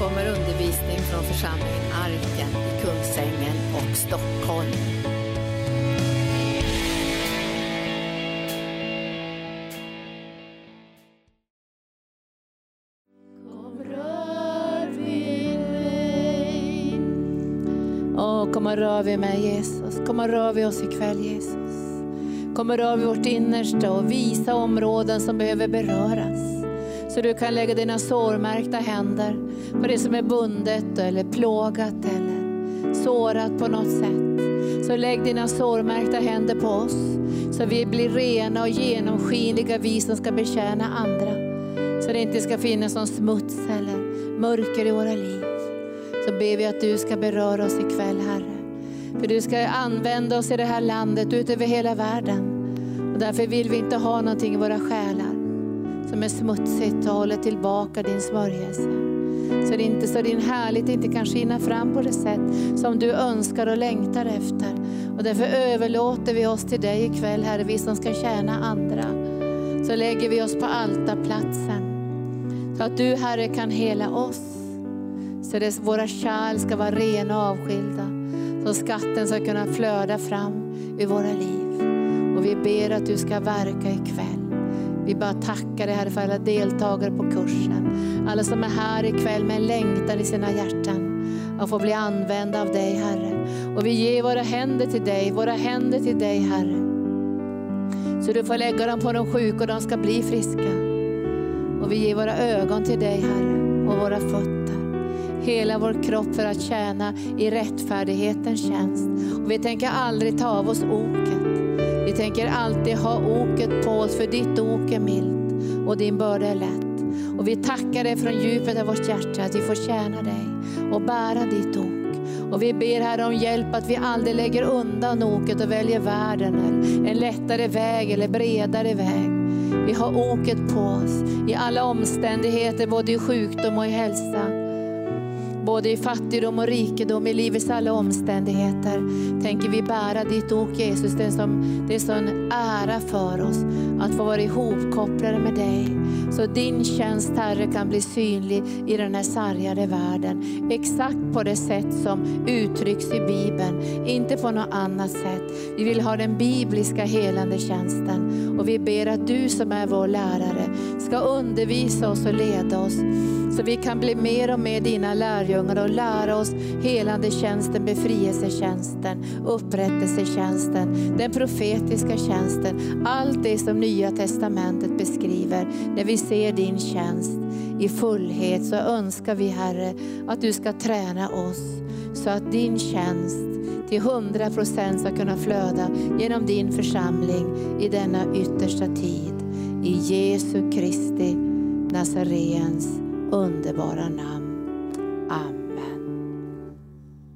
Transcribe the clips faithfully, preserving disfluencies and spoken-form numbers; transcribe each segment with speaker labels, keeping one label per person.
Speaker 1: kommer undervisning från församlingen Arken i Kungsängen och Stockholm. Kom rör vid mig. Åh, kom och rör vid mig Jesus. Kom och rör vid oss ikväll Jesus. Kom och rör vid vårt innersta och visa områden som behöver beröras. Så du kan lägga dina sårmärkta händer på det som är bundet eller plågat eller sårat på något sätt. Så lägg dina sårmärkta händer på oss. Så vi blir rena och genomskinliga, vi som ska betjäna andra. Så det inte ska finnas någon smuts eller mörker i våra liv. Så ber vi att du ska beröra oss ikväll, Herre. För du ska använda oss i det här landet, ut över hela världen. Och därför vill vi inte ha någonting i våra själar som är smutsigt och håller tillbaka din smörjelse. Så det inte så din härlighet inte kan skina fram på det sätt som du önskar och längtar efter. Och därför överlåter vi oss till dig ikväll, Herre, vi som ska tjäna andra. Så lägger vi oss på altarplatsen. Så att du, Herre, kan hela oss. Så att våra kärl ska vara rena och avskilda. Så skatten ska kunna flöda fram i våra liv. Och vi ber att du ska verka ikväll. Vi bara tackar dig, Herre, för alla deltagare på kursen. Alla som är här ikväll med längtan i sina hjärtan. Och får bli använda av dig, Herre. Och vi ger våra händer till dig. Våra händer till dig, Herre. Så du får lägga dem på de sjuka och de ska bli friska. Och vi ger våra ögon till dig, Herre. Och våra fötter. Hela vår kropp för att tjäna i rättfärdighetens tjänst. Och vi tänker aldrig ta av oss oket. Vi tänker alltid ha oket på oss, för ditt ok är milt och din börda är lätt. Och vi tackar dig från djupet av vårt hjärta att vi får tjäna dig och bära ditt ok. Och vi ber här om hjälp att vi aldrig lägger undan oket och väljer världen eller en lättare väg eller bredare väg. Vi har oket på oss i alla omständigheter, både i sjukdom och i hälsa. Både i fattigdom och rikedom, i livets alla omständigheter. Tänker vi bära ditt ok, Jesus. Det är, som, det är sån ära för oss att få vara ihopkopplade med dig. Så din tjänst, Herre, kan bli synlig i den här sargade världen. Exakt på det sätt som uttrycks i Bibeln. Inte på något annat sätt. Vi vill ha den bibliska helande tjänsten. Och vi ber att du som är vår lärare ska undervisa oss och leda oss. Så vi kan bli mer och mer dina lärjungar och lära oss helande tjänsten, befrielsetjänsten, upprättelsetjänsten, den profetiska tjänsten. Allt det som Nya testamentet beskriver. När vi ser din tjänst i fullhet så önskar vi, Herre, att du ska träna oss. Så att din tjänst till hundra procent ska kunna flöda genom din församling i denna yttersta tid. I Jesu Kristi Nazarens underbara namn. Amen.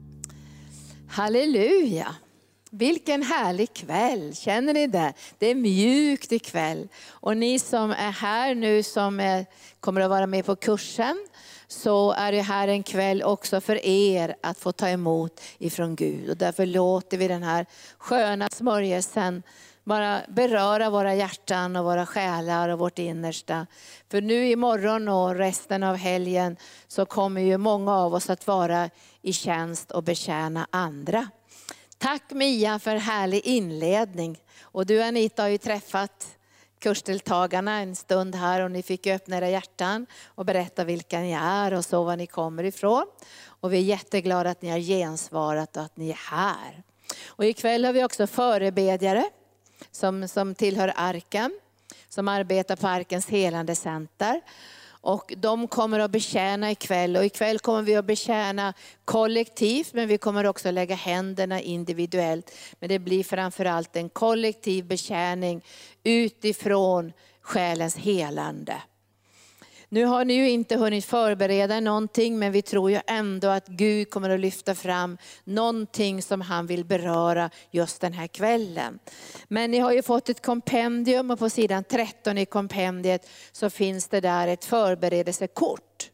Speaker 1: Halleluja. Vilken härlig kväll. Känner ni det? Det är mjukt ikväll. Och ni som är här nu som är, kommer att vara med på kursen, så är det här en kväll också för er att få ta emot ifrån Gud. Och därför låter vi den här sköna smörjelsen bara beröra våra hjärtan och våra själar och vårt innersta. För nu imorgon och resten av helgen så kommer ju många av oss att vara i tjänst och betjäna andra. Tack Mia för härlig inledning. Och du Anita har ju träffat kursdeltagarna en stund här och ni fick öppna era hjärtan och berätta vilka ni är och så var ni kommer ifrån. Och vi är jätteglada att ni har gensvarat och att ni är här. Och ikväll har vi också förebedjare som, som tillhör Arken, som arbetar på Arkens helande center. Och de kommer att betjäna ikväll. Och ikväll kommer vi att betjäna kollektivt. Men vi kommer också lägga händerna individuellt. Men det blir framförallt en kollektiv betjäning utifrån själens helande. Nu har ni ju inte hunnit förbereda någonting. Men vi tror ju ändå att Gud kommer att lyfta fram någonting som han vill beröra just den här kvällen. Men ni har ju fått ett kompendium och på sidan tretton i kompendiet så finns det där ett förberedelsekort.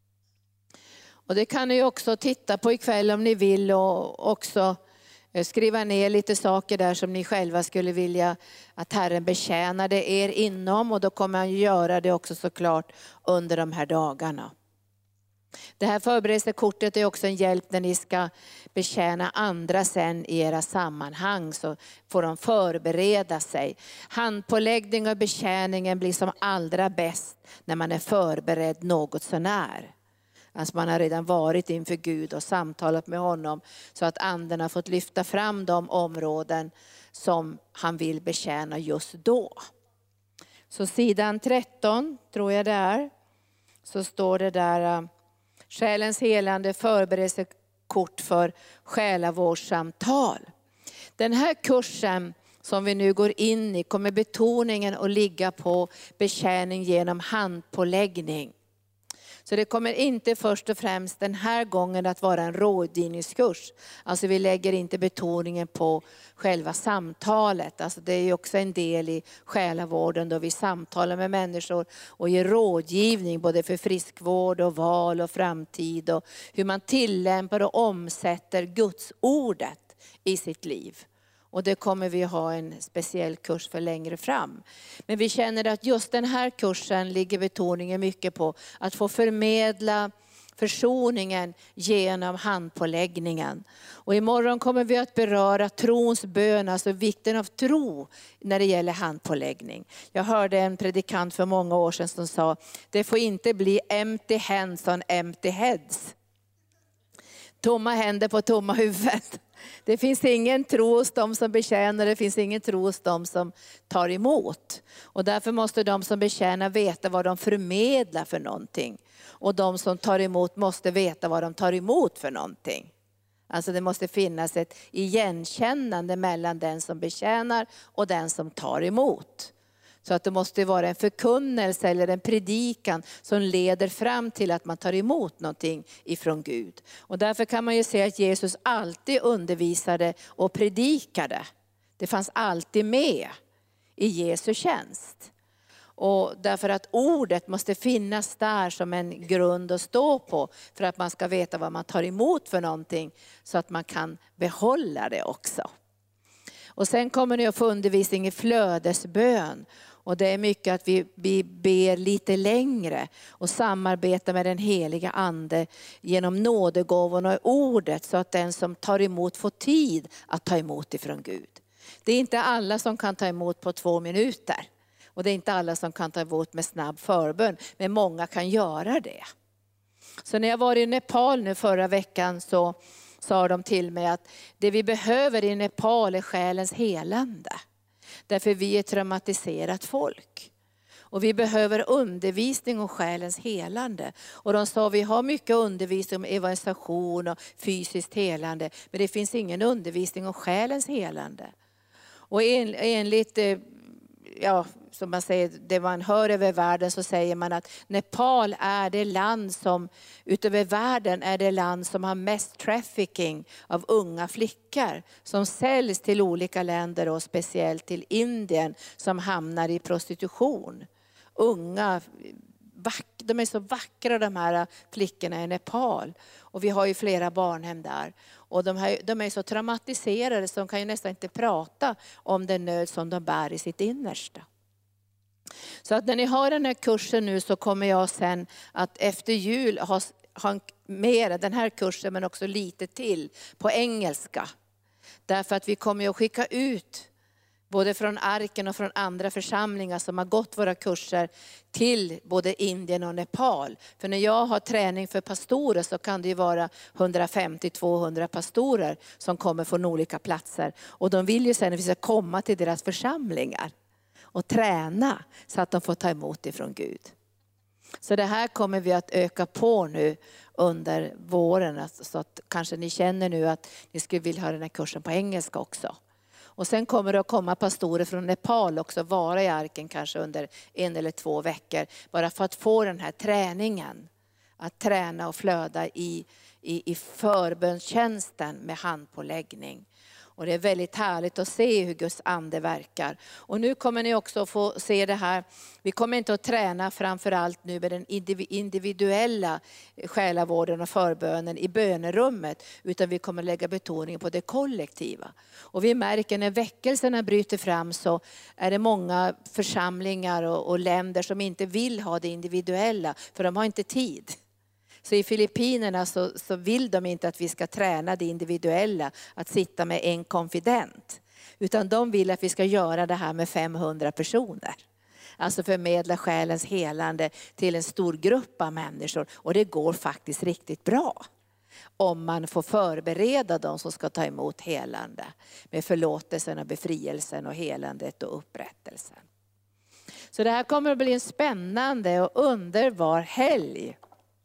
Speaker 1: Och det kan ni också titta på ikväll om ni vill och också skriva ner lite saker där som ni själva skulle vilja att Herren betjänade er inom. Och då kommer han göra det också såklart under de här dagarna. Det här förberedelsekortet är också en hjälp när ni ska betjäna andra sen i era sammanhang, så får de förbereda sig. Handpåläggning och betjäningen blir som allra bäst när man är förberedd något så när. Alltså man har redan varit inför Gud och samtalat med honom, så att anden har fått lyfta fram de områden som han vill betjäna just då. Så sidan tretton tror jag det är, så står det där: själens helande förberedelsekort för själavårdssamtal. Den här kursen som vi nu går in i kommer betoningen att ligga på betjäning genom handpåläggning. Så det kommer inte först och främst den här gången att vara en rådgivningskurs. Alltså vi lägger inte betoningen på själva samtalet. Alltså det är ju också en del i själavården då vi samtalar med människor och ger rådgivning både för friskvård och val och framtid. Och hur man tillämpar och omsätter Guds ordet i sitt liv. Och det kommer vi ha en speciell kurs för längre fram. Men vi känner att just den här kursen ligger betoningen mycket på att få förmedla försoningen genom handpåläggningen. Och imorgon kommer vi att beröra trons bön, alltså vikten av tro när det gäller handpåläggning. Jag hörde en predikant för många år sedan som sa: det får inte bli empty hands on empty heads. Tomma händer på tomma huvudet. Det finns ingen tro hos dem som betjänar, det finns ingen tro hos dem som tar emot. Och därför måste de som betjänar veta vad de förmedlar för någonting. Och de som tar emot måste veta vad de tar emot för någonting. Alltså det måste finnas ett igenkännande mellan den som betjänar och den som tar emot. Så att det måste vara en förkunnelse eller en predikan som leder fram till att man tar emot någonting ifrån Gud. Och därför kan man ju säga att Jesus alltid undervisade och predikade. Det fanns alltid med i Jesu tjänst. Och därför att ordet måste finnas där som en grund att stå på för att man ska veta vad man tar emot för någonting, så att man kan behålla det också. Och sen kommer ni att få undervisning i flödesbön. Och det är mycket att vi, vi ber lite längre och samarbetar med den heliga ande genom nådegåvorna och ordet, så att den som tar emot får tid att ta emot ifrån Gud. Det är inte alla som kan ta emot på två minuter. Och det är inte alla som kan ta emot med snabb förbön, men många kan göra det. Så när jag var i Nepal nu förra veckan så sa de till mig att det vi behöver i Nepal är själens helande. Därför vi är ett traumatiserat folk. Och vi behöver undervisning om själens helande. Och de sa vi har mycket undervisning om evangelisation och fysiskt helande. Men det finns ingen undervisning om själens helande. Och en, enligt, ja, som man säger, det man hör över världen, så säger man att Nepal är det land som, utöver världen är det land som har mest trafficking av unga flickor. Som säljs till olika länder och speciellt till Indien som hamnar i prostitution. Unga, de är så vackra de här flickorna i Nepal. Och vi har ju flera barnhem där. Och de, här, de är så traumatiserade så de kan ju nästan inte prata om den nöd som de bär i sitt innersta. Så att när ni har den här kursen nu så kommer jag sen att efter jul ha, ha mer den här kursen, men också lite till på engelska. Därför att vi kommer att skicka ut både från Arken och från andra församlingar som har gått våra kurser till både Indien och Nepal. För när jag har träning för pastorer så kan det ju vara hundrafemtio till tvåhundra pastorer som kommer från olika platser. Och de vill ju sen att vi ska komma till deras församlingar och träna så att de får ta emot ifrån Gud. Så det här kommer vi att öka på nu under våren. Så att kanske ni känner nu att ni skulle vilja ha den här kursen på engelska också. Och sen kommer det att komma pastorer från Nepal också, vara i Arken kanske under en eller två veckor. Bara för att få den här träningen. Att träna och flöda i, i, i förbönstjänsten med handpåläggning. Och det är väldigt härligt att se hur Guds ande verkar. Och nu kommer ni också få se det här. Vi kommer inte att träna framförallt nu med den individuella själavården och förbönen i bönerummet. Utan vi kommer lägga betoningen på det kollektiva. Och vi märker när väckelserna bryter fram så är det många församlingar och, och länder som inte vill ha det individuella. För de har inte tid. Så i Filippinerna så, så vill de inte att vi ska träna det individuella, att sitta med en konfident. Utan de vill att vi ska göra det här med femhundra personer. Alltså förmedla själens helande till en stor grupp av människor. Och det går faktiskt riktigt bra. Om man får förbereda de som ska ta emot helande. Med förlåtelsen och befrielsen och helandet och upprättelsen. Så det här kommer att bli en spännande och underbar helg.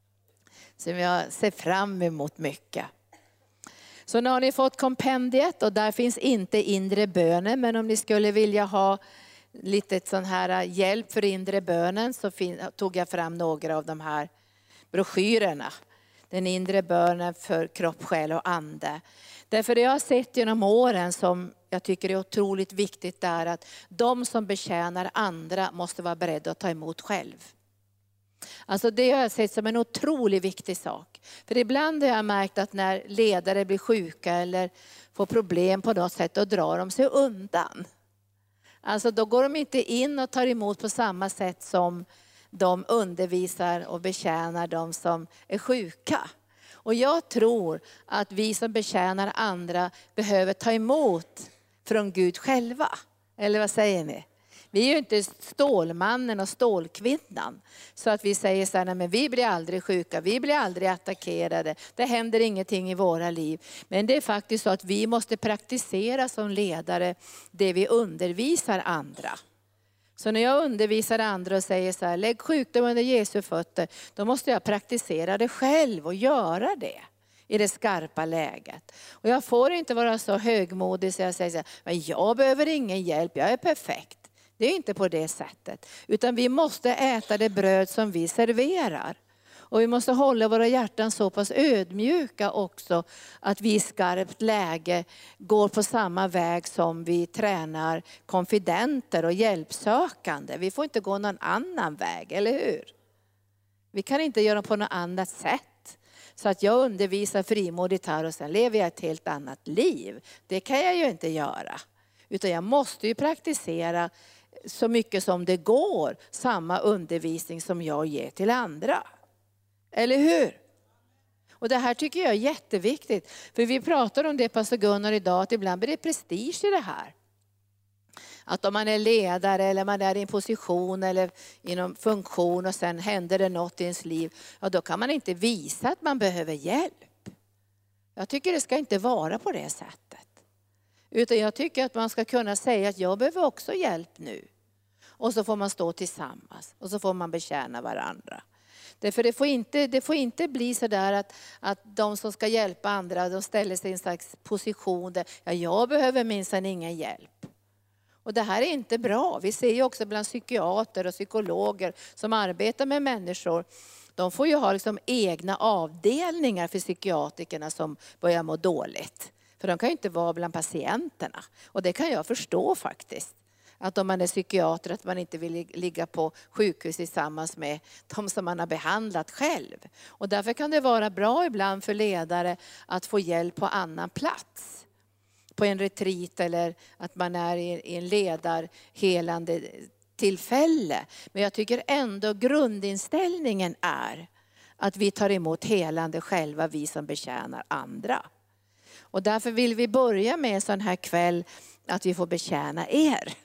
Speaker 1: Som jag ser fram emot mycket. Så nu har ni fått kompendiet och där finns inte inre bönen. Men om ni skulle vilja ha lite sån här hjälp för inre bönen så tog jag fram några av de här broschyrerna. Den inre bönen för kropp, själ och ande. Därför det jag har sett genom åren som jag tycker är otroligt viktigt är att de som betjänar andra måste vara beredda att ta emot själv. Alltså det har jag sett som en otroligt viktig sak. För ibland har jag märkt att när ledare blir sjuka eller får problem på något sätt, då drar de sig undan. Alltså då går de inte in och tar emot på samma sätt som de undervisar och betjänar de som är sjuka. Och jag tror att vi som betjänar andra behöver ta emot från Gud själva. Eller vad säger ni? Vi är ju inte stålmannen och stålkvinnan. Så att vi säger så här, nej men vi blir aldrig sjuka, vi blir aldrig attackerade. Det händer ingenting i våra liv. Men det är faktiskt så att vi måste praktisera som ledare det vi undervisar andra. Så när jag undervisar andra och säger så här, lägg sjukdom under Jesu fötter. Då måste jag praktisera det själv och göra det i det skarpa läget. Och jag får inte vara så högmodig så jag säger så här, men jag behöver ingen hjälp, jag är perfekt. Det är inte på det sättet. Utan vi måste äta det bröd som vi serverar. Och vi måste hålla våra hjärtan så pass ödmjuka också. Att vi i skarpt läge går på samma väg som vi tränar konfidenter och hjälpsökande. Vi får inte gå någon annan väg, eller hur? Vi kan inte göra på något annat sätt. Så att jag undervisar frimodigt här och sen lever jag ett helt annat liv. Det kan jag ju inte göra. Utan jag måste ju praktisera så mycket som det går samma undervisning som jag ger till andra. Eller hur? Och det här tycker jag är jätteviktigt. För vi pratar om det, pastor Gunnar, idag, att ibland blir det prestige i det här. Att om man är ledare eller man är i en position eller i någon funktion och sen händer det något i ens liv. Ja, då kan man inte visa att man behöver hjälp. Jag tycker det ska inte vara på det sättet. Utan jag tycker att man ska kunna säga att jag behöver också hjälp nu. Och så får man stå tillsammans. Och så får man betjäna varandra. Därför det får inte, det får inte bli så där att, att de som ska hjälpa andra, de ställer sig i en slags position där ja, jag behöver minsann ingen hjälp. Och det här är inte bra. Vi ser ju också bland psykiater och psykologer som arbetar med människor. De får ju ha liksom egna avdelningar för psykiatrikerna som börjar må dåligt. För de kan ju inte vara bland patienterna. Och det kan jag förstå faktiskt. Att om man är psykiater att man inte vill ligga på sjukhus tillsammans med de som man har behandlat själv. Och därför kan det vara bra ibland för ledare att få hjälp på annan plats. På en retreat eller att man är i en ledarhelande tillfälle. Men jag tycker ändå grundinställningen är att vi tar emot helande själva, vi som betjänar andra. Och därför vill vi börja med en sån här kväll att vi får betjäna er.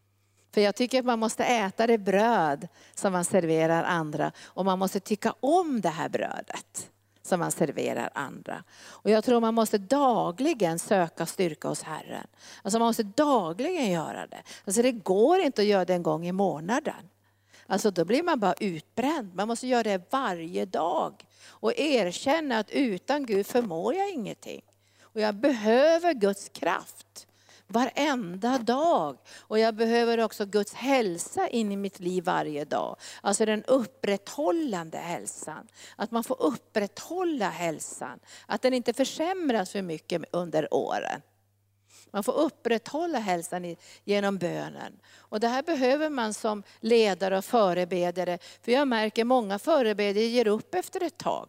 Speaker 1: För jag tycker att man måste äta det bröd som man serverar andra. Och man måste tycka om det här brödet som man serverar andra. Och jag tror man måste dagligen söka styrka hos Herren. Alltså man måste dagligen göra det. Alltså det går inte att göra det en gång i månaden. Alltså då blir man bara utbränd. Man måste göra det varje dag. Och erkänna att utan Gud förmår jag ingenting. Och jag behöver Guds kraft. Varenda dag. Och jag behöver också Guds hälsa in i mitt liv varje dag. Alltså den upprätthållande hälsan. Att man får upprätthålla hälsan. Att den inte försämras för mycket under åren. Man får upprätthålla hälsan genom bönen. Och det här behöver man som ledare och förebedjare. För jag märker många förebedjare ger upp efter ett tag.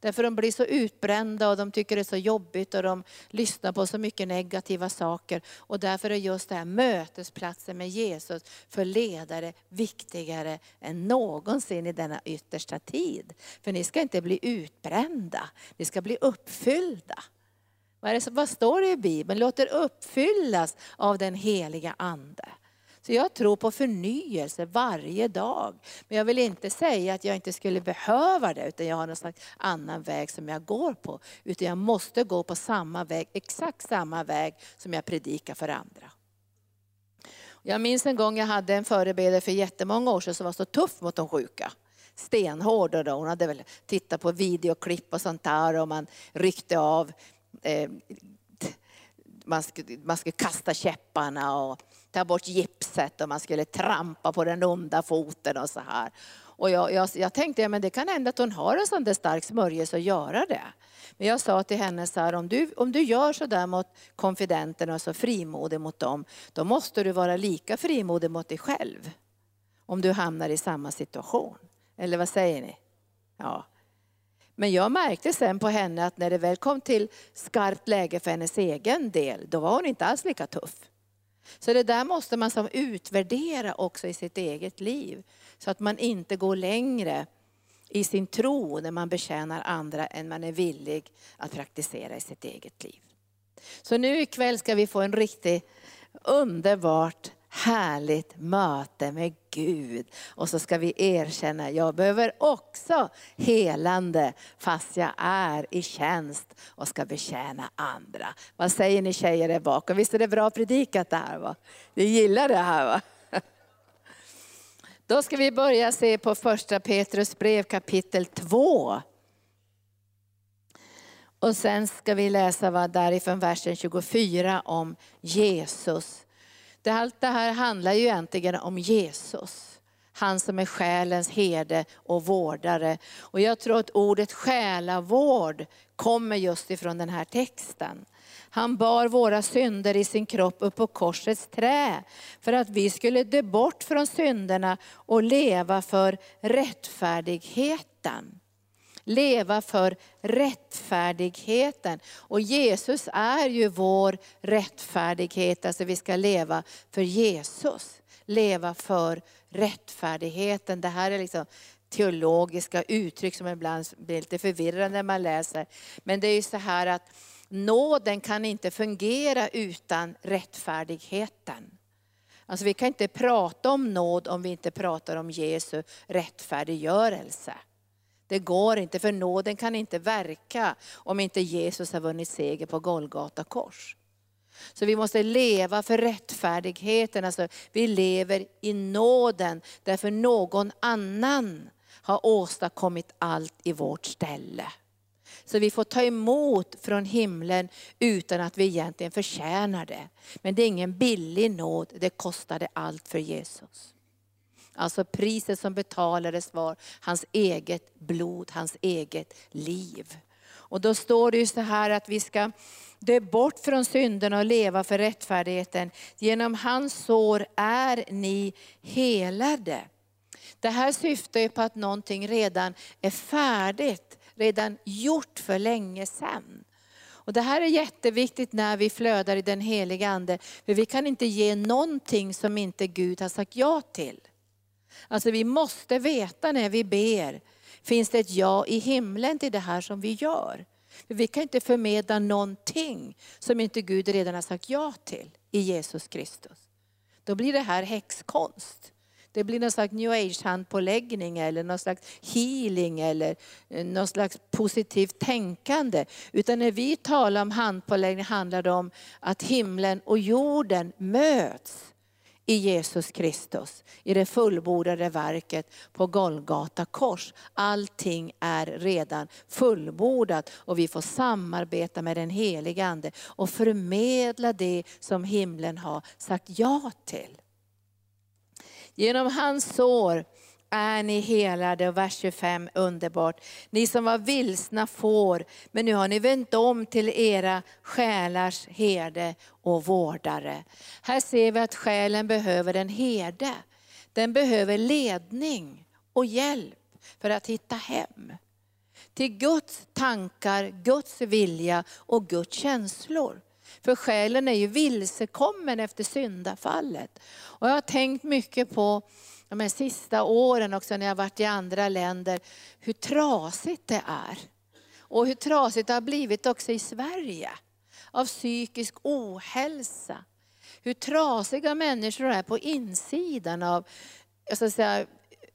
Speaker 1: Därför de blir så utbrända och de tycker det är så jobbigt och de lyssnar på så mycket negativa saker. Och därför är just det här mötesplatsen med Jesus för ledare viktigare än någonsin i denna yttersta tid. För ni ska inte bli utbrända, ni ska bli uppfyllda. Vad, är det, vad står det i Bibeln? Låter uppfyllas av den heliga ande. Så jag tror på förnyelse varje dag. Men jag vill inte säga att jag inte skulle behöva det. Utan jag har någon slags annan väg som jag går på. Utan jag måste gå på samma väg. Exakt samma väg som jag predikar för andra. Jag minns en gång jag hade en förebedjare för jättemånga år sedan som var så tuff mot de sjuka. Stenhård. Och då. Hon hade väl tittat på videoklipp och sånt där. Och man ryckte av. Eh, man, skulle, man skulle kasta käpparna och ta bort gipset och man skulle trampa på den onda foten och så här. Och jag, jag, jag tänkte, ja, men det kan hända att hon har en sån där stark smörjelse att göra det. Men jag sa till henne så här, om du, om du gör så där mot konfidenterna och så frimodig mot dem, då måste du vara lika frimodig mot dig själv. Om du hamnar i samma situation. Eller vad säger ni? Ja. Men jag märkte sen på henne att när det väl kom till skarpt läge för hennes egen del, då var hon inte alls lika tuff. Så det där måste man som utvärdera också i sitt eget liv. Så att man inte går längre i sin tro när man betjänar andra än man är villig att praktisera i sitt eget liv. Så nu ikväll ska vi få en riktigt underbart härligt möte med Gud. Och så ska vi erkänna, jag behöver också helande fast jag är i tjänst och ska betjäna andra. Vad säger ni tjejer där bakom? Visst är det bra predikat det här, va? Ni gillar det här, va? Då ska vi börja se på första Petrus brev kapitel två. Och sen ska vi läsa vad därifrån versen tjugofyra om Jesus. Det, allt det här handlar ju egentligen om Jesus. Han som är själens herde och vårdare. Och jag tror att ordet själavård kommer just ifrån den här texten. Han bar våra synder i sin kropp upp på korsets trä. För att vi skulle dö bort från synderna och leva för rättfärdigheten. Leva för rättfärdigheten. Och Jesus är ju vår rättfärdighet. Alltså vi ska leva för Jesus. Leva för rättfärdigheten. Det här är liksom teologiska uttryck som ibland blir lite förvirrande när man läser. Men det är ju så här att nåden kan inte fungera utan rättfärdigheten. Alltså vi kan inte prata om nåd om vi inte pratar om Jesu rättfärdiggörelse. Det går inte, för nåden kan inte verka om inte Jesus har vunnit seger på Golgata kors. Så vi måste leva för rättfärdigheten. Alltså vi lever i nåden därför någon annan har åstadkommit allt i vårt ställe. Så vi får ta emot från himlen utan att vi egentligen förtjänar det. Men det är ingen billig nåd, det kostade allt för Jesus. Alltså priset som betalades var hans eget blod, hans eget liv. Och då står det ju så här att vi ska dö bort från synden och leva för rättfärdigheten. Genom hans sår är ni helade. Det här syftar ju på att någonting redan är färdigt, redan gjort för länge sedan. Och det här är jätteviktigt när vi flödar i den heliga ande. För vi kan inte ge någonting som inte Gud har sagt ja till. Alltså vi måste veta när vi ber, finns det ett ja i himlen till det här som vi gör? För vi kan inte förmedla någonting som inte Gud redan har sagt ja till i Jesus Kristus. Då blir det här häxkonst. Det blir någon slags new age handpåläggning eller någon slags healing eller någon slags positivt tänkande. Utan när vi talar om handpåläggning handlar det om att himlen och jorden möts i Jesus Kristus, i det fullbordade verket på Golgata kors. Allting är redan fullbordat och vi får samarbeta med den heliga ande och förmedla det som himlen har sagt ja till. Genom hans sår är ni helade, och vers tjugofem, underbart. Ni som var vilsna får, men nu har ni vänt om till era själars herde och vårdare. Här ser vi att själen behöver en herde. Den behöver ledning och hjälp för att hitta hem. Till Guds tankar, Guds vilja och Guds känslor. För själen är ju vilsekommen efter syndafallet. Och jag har tänkt mycket på de här sista åren också när jag har varit i andra länder, hur trasigt det är. Och hur trasigt det har blivit också i Sverige. Av psykisk ohälsa. Hur trasiga människor är på insidan av, jag ska säga,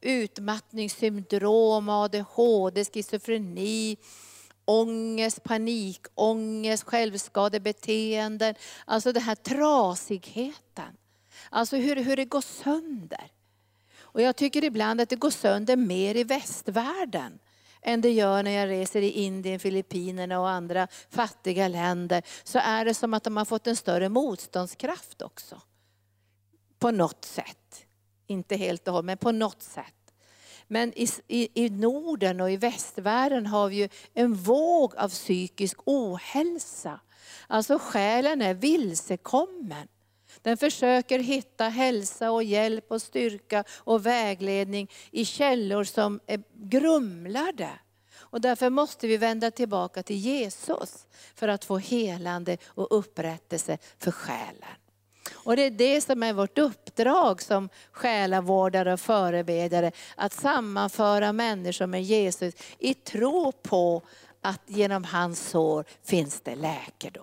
Speaker 1: utmattningssyndrom, A D H D, schizofreni, ångest, panikångest, självskadebeteenden. Alltså den här trasigheten. Alltså hur, hur det går sönder. Och jag tycker ibland att det går sönder mer i västvärlden än det gör när jag reser i Indien, Filippinerna och andra fattiga länder. Så är det som att de har fått en större motståndskraft också. På något sätt. Inte helt och hållet, men på något sätt. Men i, i, i Norden och i västvärlden har vi ju en våg av psykisk ohälsa. Alltså själen är vilsekommen. Den försöker hitta hälsa och hjälp och styrka och vägledning i källor som är grumlade. Och därför måste vi vända tillbaka till Jesus för att få helande och upprättelse för själen. Och det är det som är vårt uppdrag som själavårdare och förebedjare. Att sammanföra människor med Jesus i tro på att genom hans sår finns det läkedom.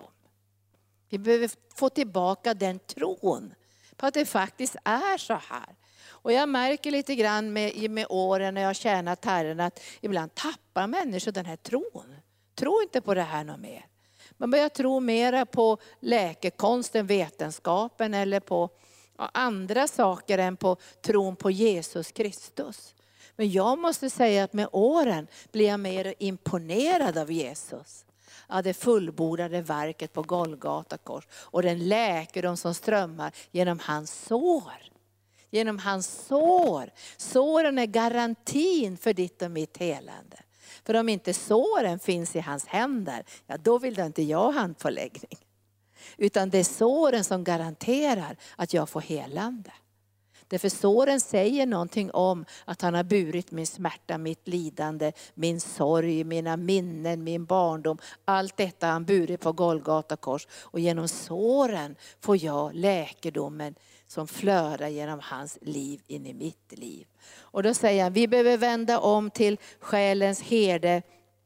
Speaker 1: Vi behöver få tillbaka den tron på att det faktiskt är så här. Och jag märker lite grann med, med åren när jag har tjänat Herren att ibland tappar människor den här tron. Tro inte på det här något mer. Man börjar tro mera på läkekonsten, vetenskapen eller på andra saker än på tron på Jesus Kristus. Men jag måste säga att med åren blir jag mer imponerad av Jesus. Av det fullbordade verket på Golgata kors och den läkedom som strömmar genom hans sår. Genom hans sår. Såren är garantin för ditt och mitt helande. För om inte såren finns i hans händer, ja då vill inte jag handpåläggning. Utan det är såren som garanterar att jag får helande. Därför såren säger någonting om att han har burit min smärta, mitt lidande, min sorg, mina minnen, min barndom. Allt detta har han burit på Golgata kors. Och genom såren får jag läkedomen som flödar genom hans liv in i mitt liv. Och då säger han, vi behöver vända om till själens herde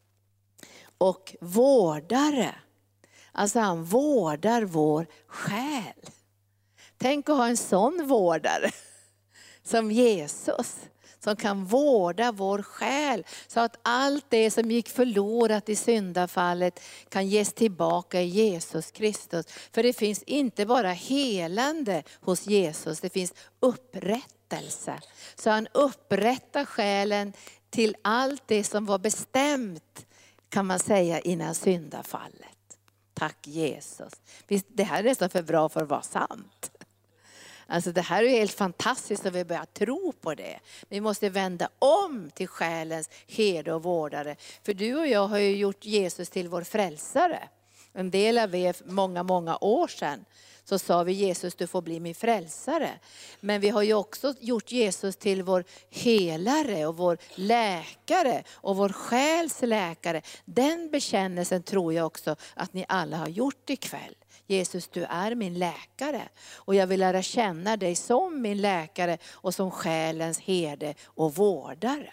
Speaker 1: och vårdare. Alltså han vårdar vår själ. Tänk att ha en sån vårdare som Jesus. Som kan vårda vår själ. Så att allt det som gick förlorat i syndafallet kan ges tillbaka i Jesus Kristus. För det finns inte bara helande hos Jesus. Det finns upprättelse. Så han upprättar själen till allt det som var bestämt, kan man säga, innan syndafallet. Tack Jesus. Det här är nästan för bra för att vara sant. Alltså det här är helt fantastiskt att vi börjar tro på det. Vi måste vända om till själens herde och vårdare. För du och jag har ju gjort Jesus till vår frälsare. En del av er många, många år sedan så sa vi Jesus, du får bli min frälsare. Men vi har ju också gjort Jesus till vår helare och vår läkare och vår själs läkare. Den bekännelsen tror jag också att ni alla har gjort ikväll. Jesus, du är min läkare och jag vill lära känna dig som min läkare och som själens herde och vårdare.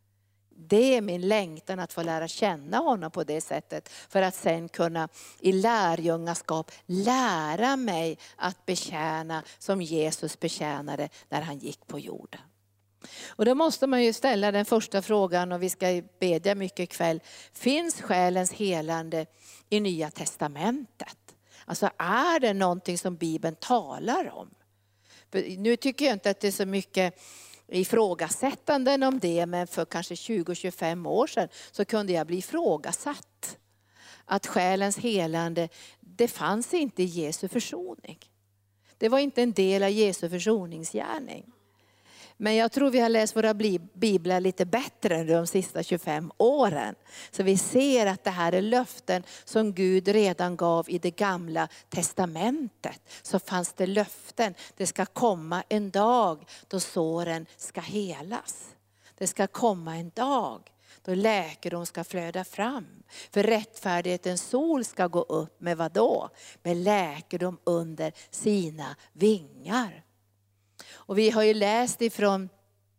Speaker 1: Det är min längtan att få lära känna honom på det sättet för att sen kunna i lärjungaskap lära mig att betjäna som Jesus betjänade när han gick på jorden. Och då måste man ju ställa den första frågan, och vi ska bedja mycket ikväll. Finns själens helande i Nya testamentet? Alltså är det någonting som Bibeln talar om? För nu tycker jag inte att det är så mycket ifrågasättanden om det, men för kanske tjugo till tjugofem år sedan så kunde jag bli ifrågasatt. Att själens helande, det fanns inte i Jesu försoning. Det var inte en del av Jesu försoningsgärning. Men jag tror vi har läst våra biblar lite bättre än de sista tjugofem åren. Så vi ser att det här är löften som Gud redan gav i det gamla testamentet. Så fanns det löften. Det ska komma en dag då såren ska helas. Det ska komma en dag. Då läkedom ska flöda fram. För rättfärdighetens sol ska gå upp med vad då? Med läkedom under sina vingar. Och vi har ju läst ifrån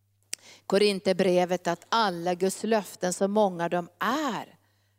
Speaker 1: Korinthierbrevet att alla Guds löften, så många de är,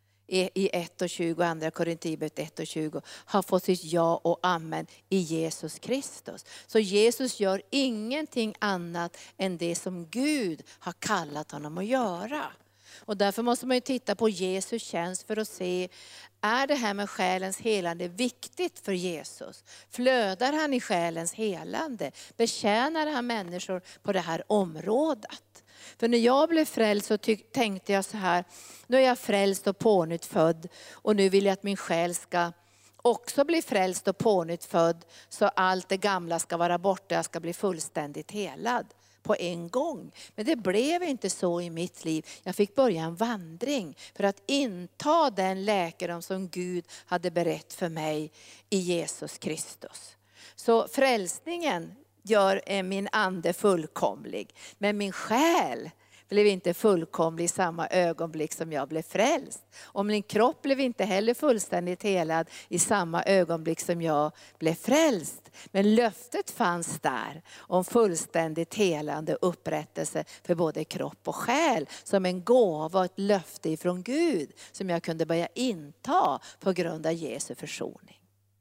Speaker 1: i ett och tjugo, andra Korinthierbrevet ett och tjugo, har fått sitt ja och amen i Jesus Kristus. Så Jesus gör ingenting annat än det som Gud har kallat honom att göra. Och därför måste man ju titta på Jesus tjänst för att se, är det här med själens helande viktigt för Jesus? Flödar han i själens helande? Betjänar han människor på det här området? För när jag blev frälst så tyck, tänkte jag så här, nu är jag frälst och pånytt född och nu vill jag att min själ ska också bli frälst och pånytt född, så allt det gamla ska vara borta, jag ska bli fullständigt helad på en gång. Men det blev inte så i mitt liv. Jag fick börja en vandring för att inta den läkedom som Gud hade berett för mig i Jesus Kristus. Så frälsningen gör min ande fullkomlig, men min själ blev inte fullkomlig i samma ögonblick som jag blev frälst. Och min kropp blev inte heller fullständigt helad i samma ögonblick som jag blev frälst. Men löftet fanns där om fullständigt helande upprättelse för både kropp och själ. Som en gåva och ett löfte ifrån Gud som jag kunde börja inta på grund av Jesu försoning.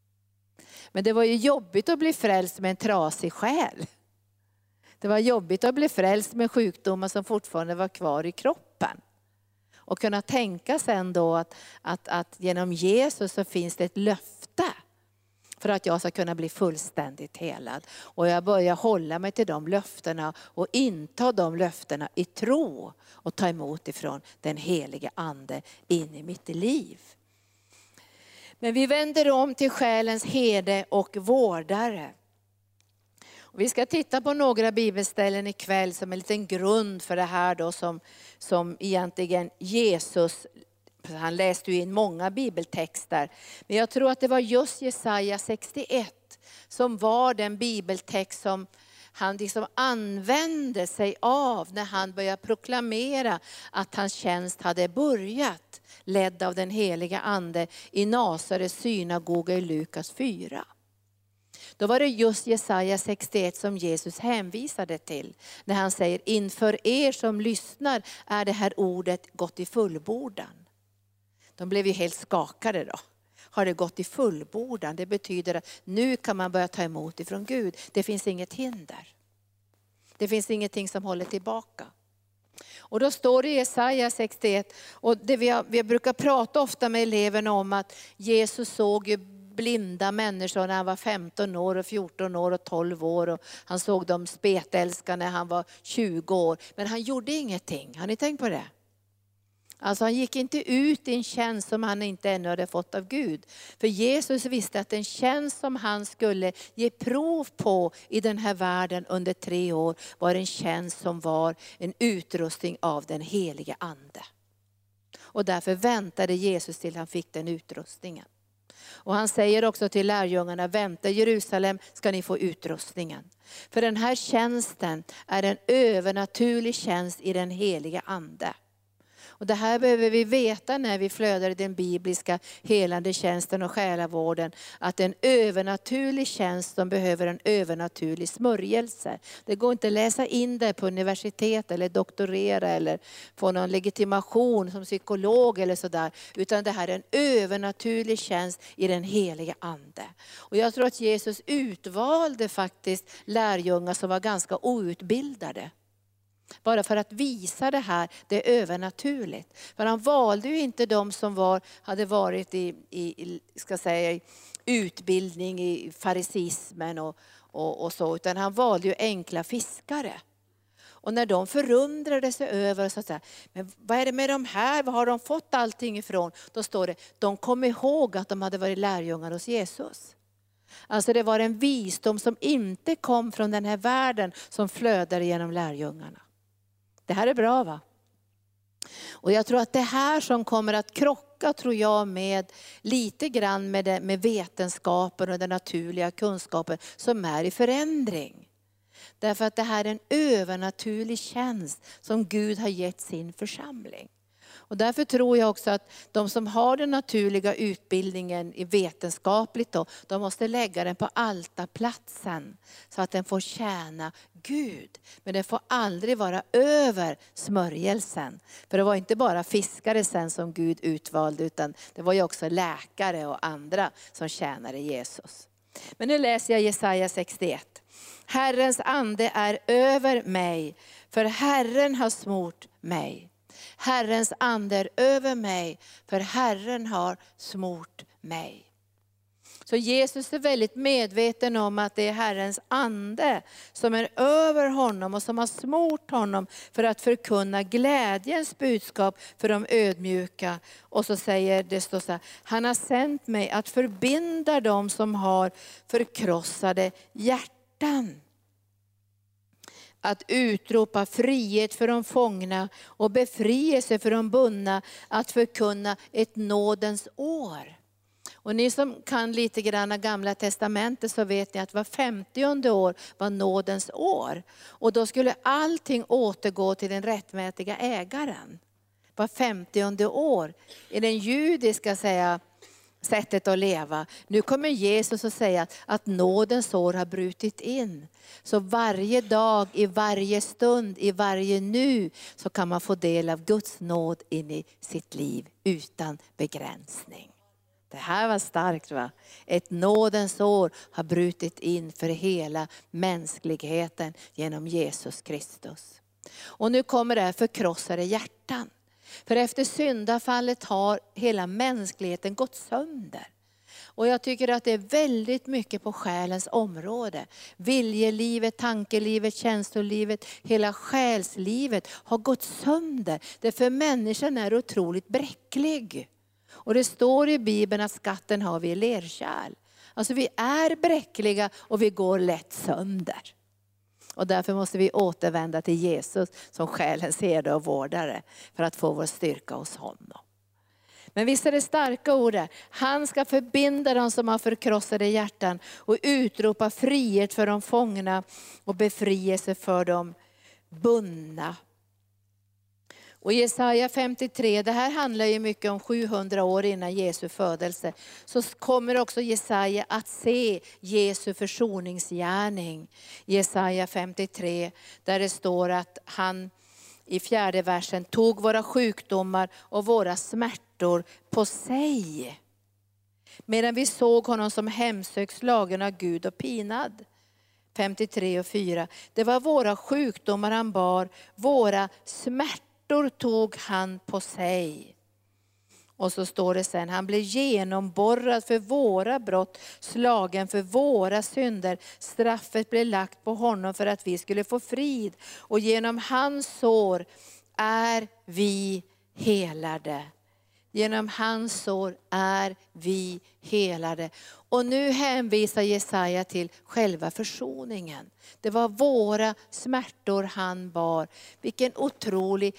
Speaker 1: Men det var ju jobbigt att bli frälst med en trasig själ. Det var jobbigt att bli frälst med sjukdomar som fortfarande var kvar i kroppen. Och kunna tänka sen då att, att, att genom Jesus så finns det ett löfte för att jag ska kunna bli fullständigt helad. Och jag börjar hålla mig till de löftena och inta de löftena i tro och ta emot ifrån den helige ande in i mitt liv. Men vi vänder om till själens herde och vårdare. Och vi ska titta på några bibelställen ikväll som en liten grund för det här då, som, som egentligen Jesus, han läste ju in många bibeltexter. Men jag tror att det var just Jesaja sextioett som var den bibeltext som han liksom använde sig av när han började proklamera att hans tjänst hade börjat, ledd av den heliga ande i Nasarets synagoga i Lukas fyra. Då var det just Jesaja sextioett som Jesus hänvisade till. När han säger, inför er som lyssnar är det här ordet gått i fullbordan. De blev ju helt skakade då. Har det gått i fullbordan? Det betyder att nu kan man börja ta emot ifrån Gud. Det finns inget hinder. Det finns ingenting som håller tillbaka. Och då står det i Jesaja sextioett, och det vi, har, vi brukar prata ofta med eleverna om att Jesus såg ju blinda människor när han var femton år och fjorton år och tolv år. Och han såg dem spetälska när han var tjugo år. Men han gjorde ingenting. Har ni tänkt på det? Alltså han gick inte ut i en tjänst som han inte ännu hade fått av Gud. För Jesus visste att den tjänst som han skulle ge prov på i den här världen under tre år var en tjänst som var en utrustning av den heliga ande. Och därför väntade Jesus till han fick den utrustningen. Och han säger också till lärjungarna, vänta Jerusalem ska ni få utrustningen. För den här tjänsten är en övernaturlig tjänst i den heliga ande. Och det här behöver vi veta när vi flödar i den bibliska helande tjänsten och själavården. Att en övernaturlig tjänst som behöver en övernaturlig smörjelse. Det går inte att läsa in det på universitet eller doktorera eller få någon legitimation som psykolog eller sådär. Utan det här är en övernaturlig tjänst i den heliga ande. Och jag tror att Jesus utvalde faktiskt lärjungar som var ganska outbildade. Bara för att visa det här, det är övernaturligt. För han valde ju inte de som var, hade varit i, i, ska säga, utbildning i farisismen och, och, och så. Utan han valde ju enkla fiskare. Och när de förundrade sig över och sa, men vad är det med de här? Var har de fått allting ifrån? Då står det, de kom ihåg att de hade varit lärjungar hos Jesus. Alltså det var en visdom som inte kom från den här världen som flödade genom lärjungarna. Det här är bra, va? Och jag tror att det här som kommer att krocka, tror jag, med lite grann med, det, med vetenskapen och den naturliga kunskapen som är i förändring. Därför att det här är en övernaturlig tjänst som Gud har gett sin församling. Och därför tror jag också att de som har den naturliga utbildningen i vetenskapligt då, de måste lägga den på altarplatsen så att den får tjäna Gud. Men den får aldrig vara över smörjelsen. För det var inte bara fiskare sen som Gud utvalde, utan det var ju också läkare och andra som tjänade Jesus. Men nu läser jag Jesaja sextioett. Herrens ande är över mig, för Herren har smort mig. Herrens ande är över mig, för Herren har smort mig. Så Jesus är väldigt medveten om att det är Herrens ande som är över honom och som har smort honom för att förkunna glädjens budskap för de ödmjuka. Och så säger det står så här, han har sänt mig att förbinda dem som har förkrossade hjärtan. Att utropa frihet för de fångna och befrielse för de bundna, att förkunna ett nådens år. Och ni som kan lite grann av Gamla testamentet så vet ni att var femtionde år var nådens år. Och då skulle allting återgå till den rättmätiga ägaren. Var femtionde år i den judiska säga, sättet att leva. Nu kommer Jesus att säga att, att nådens år har brutit in. Så varje dag, i varje stund, i varje nu så kan man få del av Guds nåd in i sitt liv utan begränsning. Det här var starkt, va? Ett nådens år har brutit in för hela mänskligheten genom Jesus Kristus. Och nu kommer det här förkrossade hjärtan. För efter syndafallet har hela mänskligheten gått sönder. Och jag tycker att det är väldigt mycket på själens område. Viljelivet, tankelivet, känslolivet, hela själslivet har gått sönder. Därför människan är otroligt bräcklig. Och det står i Bibeln att skatten har vi i lerkärl. Alltså vi är bräckliga och vi går lätt sönder. Och därför måste vi återvända till Jesus som själens herde och vårdare för att få vår styrka hos honom. Men visst är det starka ord där. Han ska förbinda dem som har förkrossade hjärtan och utropa frihet för de fångna och befrielse för de bundna. Och Jesaja femtiotre, det här handlar ju mycket om sjuhundra år innan Jesu födelse. Så kommer också Jesaja att se Jesu försoningsgärning. Jesaja femtiotre, där det står att han i fjärde versen tog våra sjukdomar och våra smärtor på sig. Medan vi såg honom som hemsökt, slagen av Gud och pinad. femtiotre och fyra. Det var våra sjukdomar han bar, våra smärtor tog han på sig. Och så står det sen, han blev genomborrad för våra brott, slagen för våra synder. Straffet blev lagt på honom för att vi skulle få frid. Och genom hans sår är vi helade. Genom hans sår är vi helade. Och nu hänvisar Jesaja till själva försoningen. Det var våra smärtor han bar. Vilken otrolig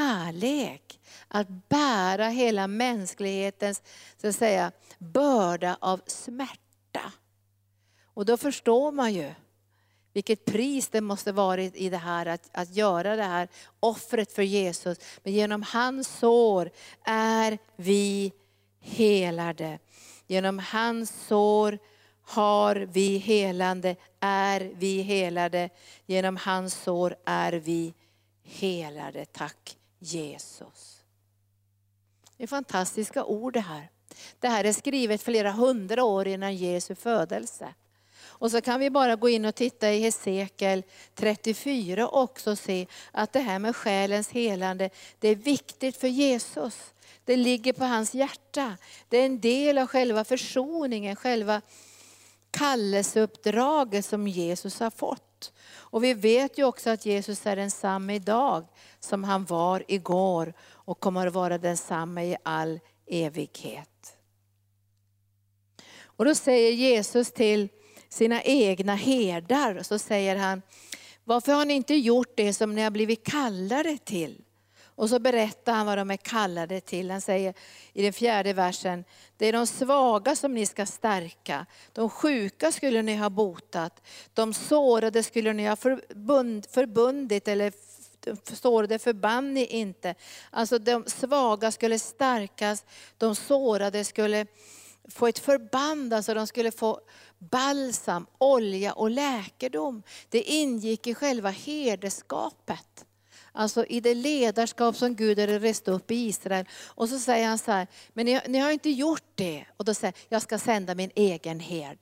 Speaker 1: kärlek att bära hela mänsklighetens så att säga, börda av smärta. Och då förstår man ju vilket pris det måste vara i det här att, att göra det här offret för Jesus. Men genom hans sår är vi helade. Genom hans sår har vi helande, är vi helade. Genom hans sår är vi helade. Tack Jesus. Det är fantastiska ord det här. Det här är skrivet flera hundra år innan Jesu födelse. Och så kan vi bara gå in och titta i Hesekiel trettiofyra och också se att det här med själens helande, det är viktigt för Jesus. Det ligger på hans hjärta. Det är en del av själva försoningen, själva kallelseuppdraget som Jesus har fått. Och vi vet ju också att Jesus är densamma idag som han var igår och kommer att vara densamma i all evighet. Och då säger Jesus till sina egna herdar, så säger han, varför har ni inte gjort det som ni har blivit kallade till? Och så berättar han vad de är kallade till. Han säger i den fjärde versen, det är de svaga som ni ska stärka. De sjuka skulle ni ha botat. De sårade skulle ni ha förbund, förbundit eller sårade förbann ni inte. Alltså de svaga skulle stärkas, de sårade skulle få ett förband, alltså de skulle få balsam, olja och läkedom. Det ingick i själva herdeskapet. Alltså i det ledarskap som Gud hade rest upp i Israel. Och så säger han så här, men ni, ni har inte gjort det. Och då säger jag ska sända min egen herde.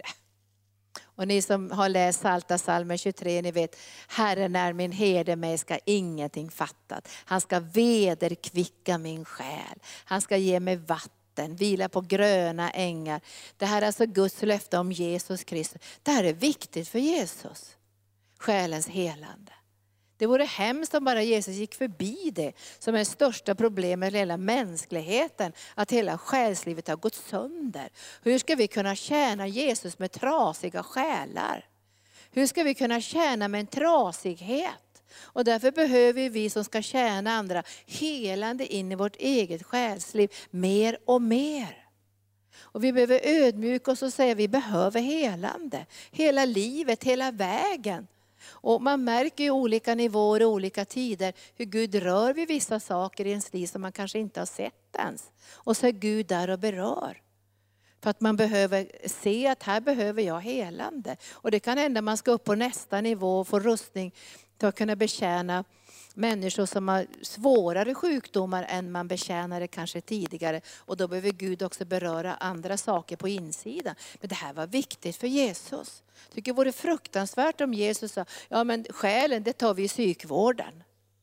Speaker 1: Och ni som har läst Psaltarpsalmen tjugotre, ni vet, Herren är min herde, mig ska ingenting fattat. Han ska vederkvicka min själ. Han ska ge mig vatten, vila på gröna ängar. Det här är alltså Guds löfte om Jesus Kristus. Det här är viktigt för Jesus. Själens helande. Det vore hemskt om bara Jesus gick förbi det som är det största problemet i hela mänskligheten. Att hela själslivet har gått sönder. Hur ska vi kunna tjäna Jesus med trasiga själar? Hur ska vi kunna tjäna med en trasighet? Och därför behöver vi som ska tjäna andra helande in i vårt eget själsliv mer och mer. Och vi behöver ödmjuka oss och säga att vi behöver helande. Hela livet, hela vägen. Och man märker i olika nivåer och olika tider hur Gud rör vid vissa saker i ens liv som man kanske inte har sett ens. Och så är Gud där och berör. För att man behöver se att här behöver jag helande. Och det kan hända att man ska upp på nästa nivå och få rustning till att kunna betjäna människor som har svårare sjukdomar än man betjänade kanske tidigare. Och då behöver Gud också beröra andra saker på insidan. Men det här var viktigt för Jesus. Jag tycker det vore fruktansvärt om Jesus sa, ja men själen det tar vi i psykvården.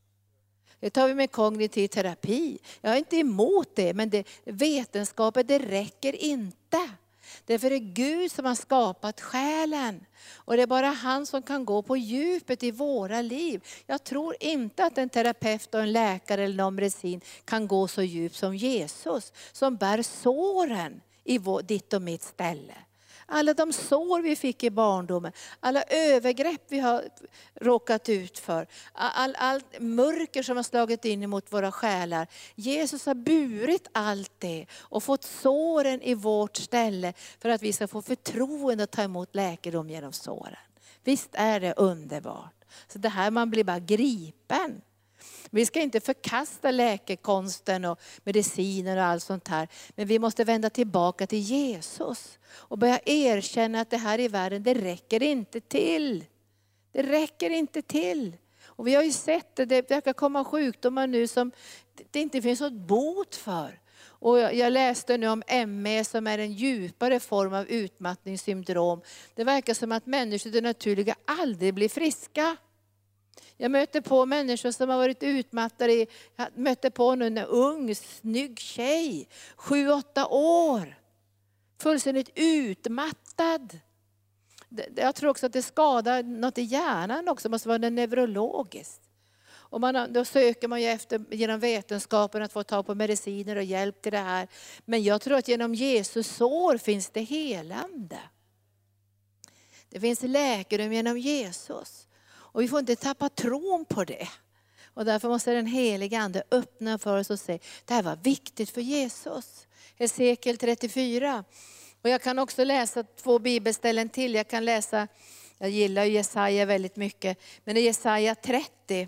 Speaker 1: Det tar vi med kognitiv terapi. Jag är inte emot det, men det, vetenskapet det räcker inte. Därför är det Gud som har skapat själen. Och det är bara han som kan gå på djupet i våra liv. Jag tror inte att en terapeut och en läkare eller någon medicin kan gå så djupt som Jesus. Som bär såren i vår, ditt och mitt ställe. Alla de sår vi fick i barndomen, alla övergrepp vi har råkat ut för, all, all mörker som har slagit in emot våra själar. Jesus har burit allt det och fått såren i vårt ställe för att vi ska få förtroende att ta emot läkedom genom såren. Visst är det underbart. Så det här man blir bara gripen. Vi ska inte förkasta läkekonsten och mediciner och allt sånt här. Men vi måste vända tillbaka till Jesus. Och börja erkänna att det här i världen, det räcker inte till. Det räcker inte till. Och vi har ju sett det, det verkar komma sjukdomar nu som det inte finns något bot för. Och jag läste nu om M E som är en djupare form av utmattningssyndrom. Det verkar som att människor det naturliga aldrig blir friska. Jag möter på människor som har varit utmattade. Jag mötte på nu en ung, snygg tjej. Sju, åtta år. Fullständigt utmattad. Jag tror också att det skadar något i hjärnan också. Det måste vara neurologiskt. Och man, då söker man ju efter, genom vetenskapen att få ta på mediciner och hjälp till det här. Men jag tror att genom Jesus sår finns det helande. Det finns läkedom genom Jesus. Och vi får inte tappa tron på det. Och därför måste den heliga ande öppna för oss och säga, det här var viktigt för Jesus. Hesekiel trettiofyra. Och jag kan också läsa två bibelställen till. Jag kan läsa, jag gillar Jesaja väldigt mycket. Men i Jesaja trettio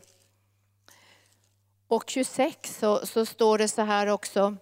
Speaker 1: och tjugosex så, så står det så här också.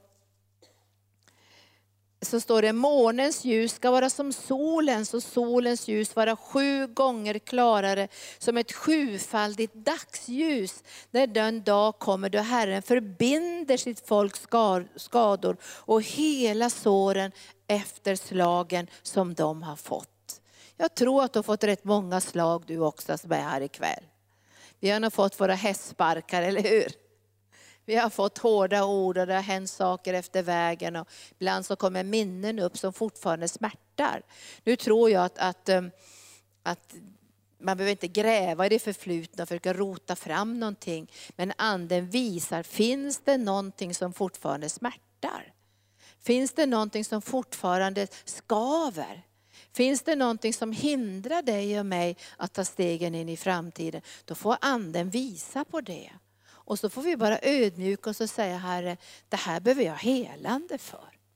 Speaker 1: Så står det, månens ljus ska vara som solens och solens ljus vara sju gånger klarare som ett sjufaldigt dagsljus. När den dag kommer då Herren förbinder sitt folks skador och hela såren efter slagen som de har fått. Jag tror att du har fått rätt många slag du också som är här ikväll. Vi har nog fått våra hästsparkar, eller hur? Vi har fått hårda ord och det har hänt saker efter vägen. Och ibland så kommer minnen upp som fortfarande smärtar. Nu tror jag att, att, att man behöver inte gräva i det förflutna för att rota fram någonting. Men anden visar, finns det någonting som fortfarande smärtar? Finns det någonting som fortfarande skaver? Finns det någonting som hindrar dig och mig att ta stegen in i framtiden? Då får anden visa på det. Och så får vi bara ödmjuka oss och säga, Herre, det här behöver jag helande för.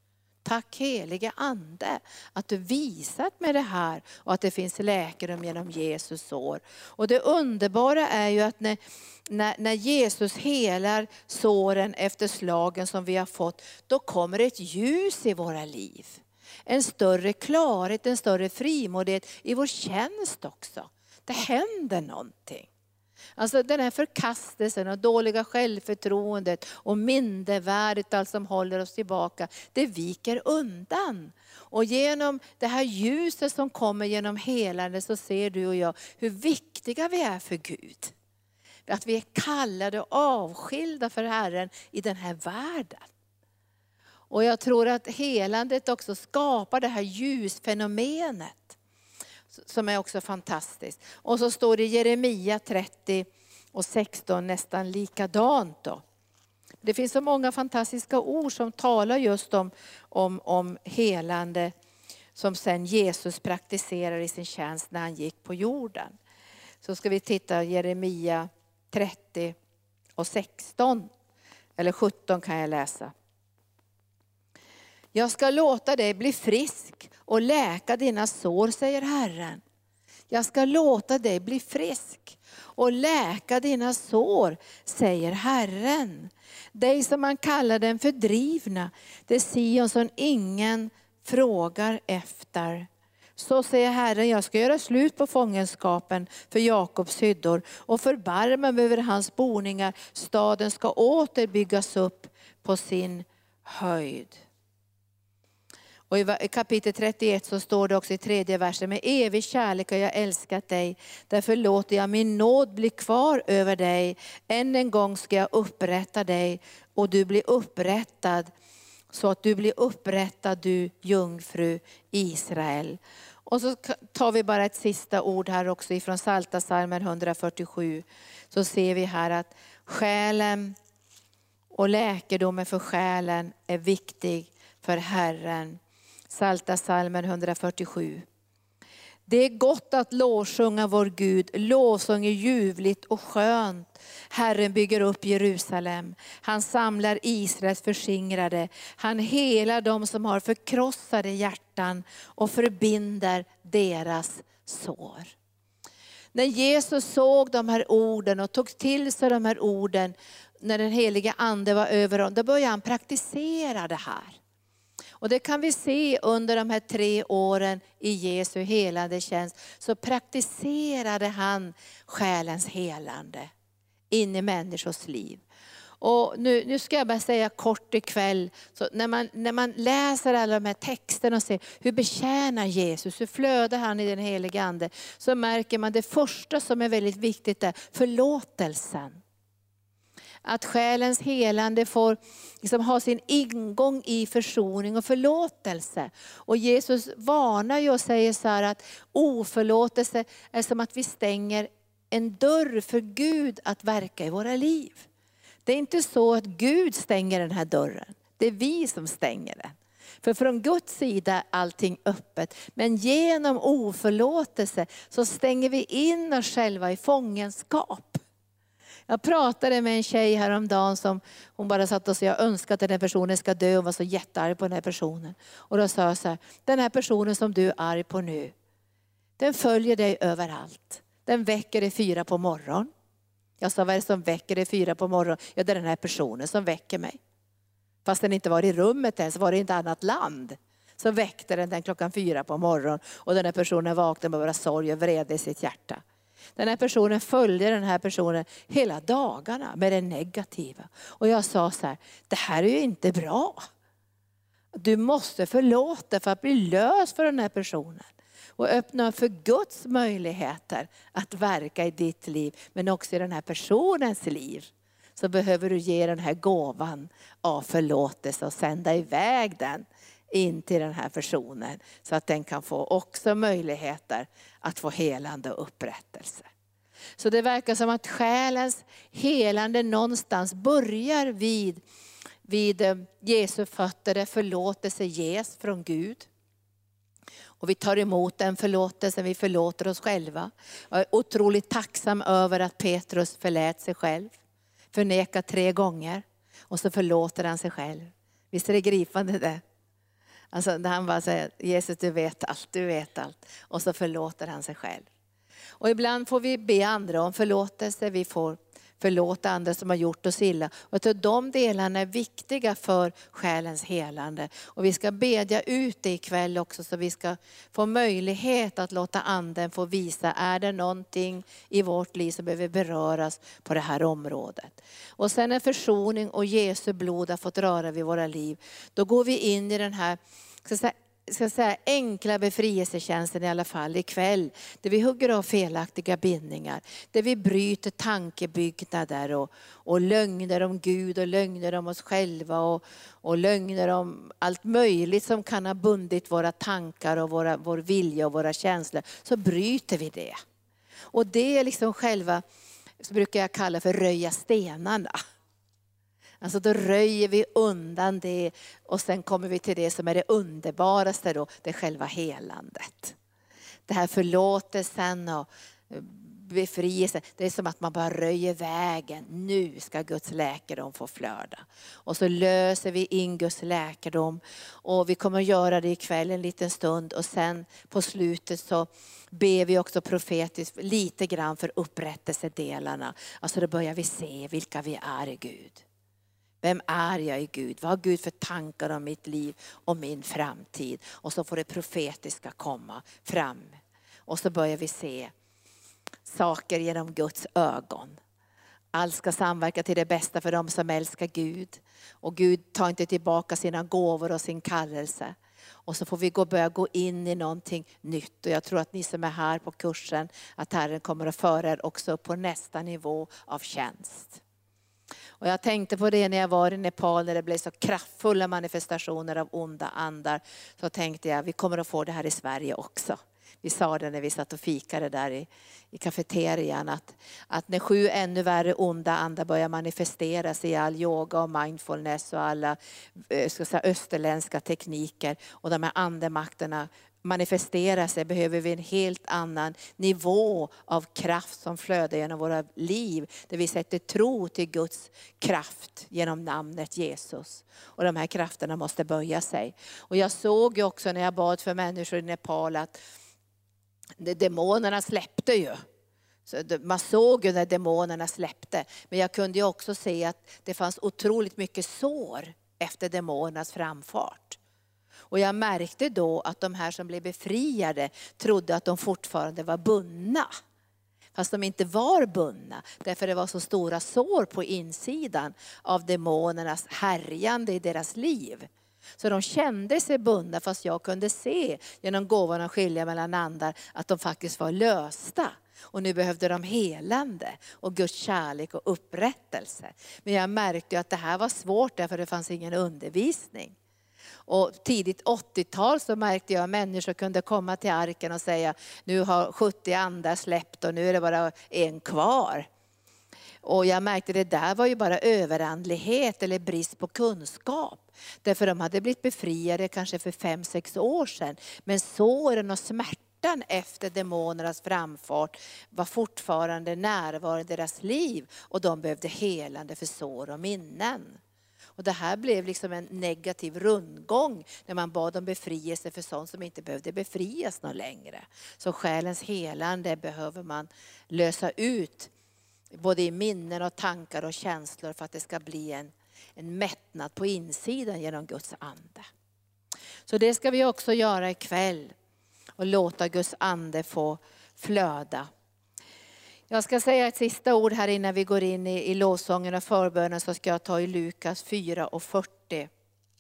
Speaker 1: tack helige ande att du visat mig det här och att det finns läkedom genom Jesus sår. Och det underbara är ju att när, när, när Jesus helar såren efter slagen som vi har fått, då kommer ett ljus i våra liv. En större klarhet, en större frimodighet i vår tjänst också. Det händer någonting. Alltså den här förkastelsen och dåliga självförtroendet och mindervärdet, allt som håller oss tillbaka, det viker undan. Och genom det här ljuset som kommer genom helande så ser du och jag hur viktiga vi är för Gud. Att vi är kallade och avskilda för Herren i den här världen. Och jag tror att helandet också skapar det här ljusfenomenet. Som är också fantastiskt. Och så står det i Jeremia trettio och sexton nästan likadant då. Det finns så många fantastiska ord som talar just om, om, om helande. Som sen Jesus praktiserar i sin tjänst när han gick på jorden. Så ska vi titta Jeremia trettio och sexton. Eller sjutton kan jag läsa. Jag ska låta dig bli frisk och läka dina sår, säger Herren. Jag ska låta dig bli frisk och läka dina sår, säger Herren. Dig som man kallar den fördrivna, det Sion som ingen frågar efter. Så säger Herren, jag ska göra slut på fångenskapen för Jakobs hyddor och förbarma mig över hans boningar. Staden ska åter byggas upp på sin höjd. Och i kapitel trettioett så står det också i tredje versen: med evig kärlek har jag älskat dig. Därför låter jag min nåd bli kvar över dig. Än en gång ska jag upprätta dig och du blir upprättad. Så att du blir upprättad, du jungfru Israel. Och så tar vi bara ett sista ord här också ifrån Psaltarpsalmen hundrafyrtiosju. Så ser vi här att själen och läkedomen för själen är viktig för Herren. Psaltarpsalmen hundrafyrtiosju. Det är gott att lovsjunga vår Gud. Lovsång är ljuvligt och skönt. Herren bygger upp Jerusalem. Han samlar Israels förskingrade. Han helar dem som har förkrossade hjärtan och förbinder deras sår. När Jesus såg de här orden och tog till sig de här orden, när den heliga ande var över honom, då började han praktisera det här. Och det kan vi se under de här tre åren i Jesu helande tjänst. Så praktiserade han själens helande in i människors liv. Och nu, nu ska jag bara säga kort ikväll. Så när, man, när man läser alla de här texterna och ser hur betjänar Jesus, hur flödar han i den heliga ande. Så märker man det första som är väldigt viktigt är förlåtelsen. Att själens helande får liksom ha sin ingång i försoning och förlåtelse. Och Jesus varnar ju och säger så här att oförlåtelse är som att vi stänger en dörr för Gud att verka i våra liv. Det är inte så att Gud stänger den här dörren. Det är vi som stänger den. För från Guds sida är allting öppet. Men genom oförlåtelse så stänger vi in oss själva i fångenskap. Jag pratade med en tjej häromdagen som hon bara satt och sa, jag önskar att den här personen ska dö. Hon var så jättearg på den här personen. Och då sa jag så här, den här personen som du är arg på nu, den följer dig överallt. Den väcker dig fyra på morgon. Jag sa, vad är det som väcker dig fyra på morgon? Ja, det är den här personen som väcker mig. Fast den inte var i rummet ens, var det i ett annat land. Så väckte den den klockan fyra på morgon. Och den här personen vaknade med bara sorg och vrede i sitt hjärta. Den här personen följde den här personen hela dagarna med det negativa. Och jag sa så här, det här är ju inte bra. Du måste förlåta för att bli lös för den här personen. Och öppna för Guds möjligheter att verka i ditt liv. Men också i den här personens liv. Så behöver du ge den här gåvan av förlåtelse och sända iväg den in till den här personen. Så att den kan få också möjligheter att få helande och upprättelse. Så det verkar som att själens helande någonstans börjar vid, vid Jesu fötter där förlåtelse ges från Gud. Och vi tar emot den förlåtelsen, vi förlåter oss själva. Jag är otroligt tacksam över att Petrus förlät sig själv. Förnekar tre gånger och så förlåter han sig själv. Visst är det gripande det? Alltså när han bara säger, Jesus du vet allt, du vet allt. Och så förlåter han sig själv. Och ibland får vi be andra om förlåtelse, vi får förlåta andra som har gjort oss illa. Och jag tror de delarna är viktiga för själens helande. Och vi ska bedja ut det ikväll också, så vi ska få möjlighet att låta anden få visa, är det någonting i vårt liv som behöver beröras på det här området. Och sen när försoning och Jesu blod har fått röra vid våra liv, då går vi in i den här, ska jag säga, ska säga, enkla befrielsetjänsten i alla fall ikväll. Där vi hugger av felaktiga bindningar. Där vi bryter tankebyggnader och, och lögner om Gud och lögner om oss själva. Och, och lögner om allt möjligt som kan ha bundit våra tankar och våra, vår vilja och våra känslor. Så bryter vi det. Och det är liksom själva, så brukar jag kalla för röja stenarna. Alltså då röjer vi undan det och sen kommer vi till det som är det underbaraste då, det är själva helandet. Det här förlåtelsen och befrielsen, det är som att man bara röjer vägen. Nu ska Guds läkedom få flöda. Och så löser vi in Guds läkedom och vi kommer att göra det ikväll en liten stund och sen på slutet så ber vi också profetiskt lite grann för upprättelsedelarna. Alltså då börjar vi se vilka vi är i Gud. Vem är jag i Gud? Vad har Gud för tankar om mitt liv och min framtid? Och så får det profetiska komma fram. Och så börjar vi se saker genom Guds ögon. Allt ska samverka till det bästa för dem som älskar Gud. Och Gud tar inte tillbaka sina gåvor och sin kallelse. Och så får vi gå, börja gå in i någonting nytt. Och jag tror att ni som är här på kursen, att Herren kommer att föra er också på nästa nivå av tjänst. Och jag tänkte på det när jag var i Nepal, när det blev så kraftfulla manifestationer av onda andar. Så tänkte jag, vi kommer att få det här i Sverige också. Vi sa det när vi satt och fikade där i, i kafeterian. Att, att när sju ännu värre onda andar börjar manifesteras i all yoga och mindfulness och alla ska säga, österländska tekniker. Och de här andemakterna manifestera sig, behöver vi en helt annan nivå av kraft som flödar genom våra liv. Där vi sätter tro till Guds kraft genom namnet Jesus. Och de här krafterna måste böja sig. Och jag såg ju också när jag bad för människor i Nepal att demonerna släppte ju. Så man såg ju när demonerna släppte. Men jag kunde ju också se att det fanns otroligt mycket sår efter demonernas framfart. Och jag märkte då att de här som blev befriade trodde att de fortfarande var bundna. Fast de inte var bundna. Därför det var så stora sår på insidan av demonernas härjande i deras liv. Så de kände sig bundna, fast jag kunde se genom gåvan att skilja mellan andar att de faktiskt var lösta. Och nu behövde de helande och Guds kärlek och upprättelse. Men jag märkte att det här var svårt därför det fanns ingen undervisning. Och tidigt åttiotal så märkte jag att människor kunde komma till arken och säga, nu har sjuttio andar släppt och nu är det bara en kvar. Och jag märkte att det där var ju bara överandlighet eller brist på kunskap. Därför de hade blivit befriade kanske för fem, sex år sedan. Men såren och smärtan efter demonernas framfart var fortfarande närvarande i deras liv. Och de behövde helande för sår och minnen. Och det här blev liksom en negativ rundgång när man bad om befrielse för sånt som inte behövde befrias någon längre. Så själens helande behöver man lösa ut både i minnen och tankar och känslor för att det ska bli en, en mättnad på insidan genom Guds ande. Så det ska vi också göra ikväll och låta Guds ande få flöda. Jag ska säga ett sista ord här innan vi går in i, i lovsången och förbönen, så ska jag ta i Lukas fyra och fyrtio.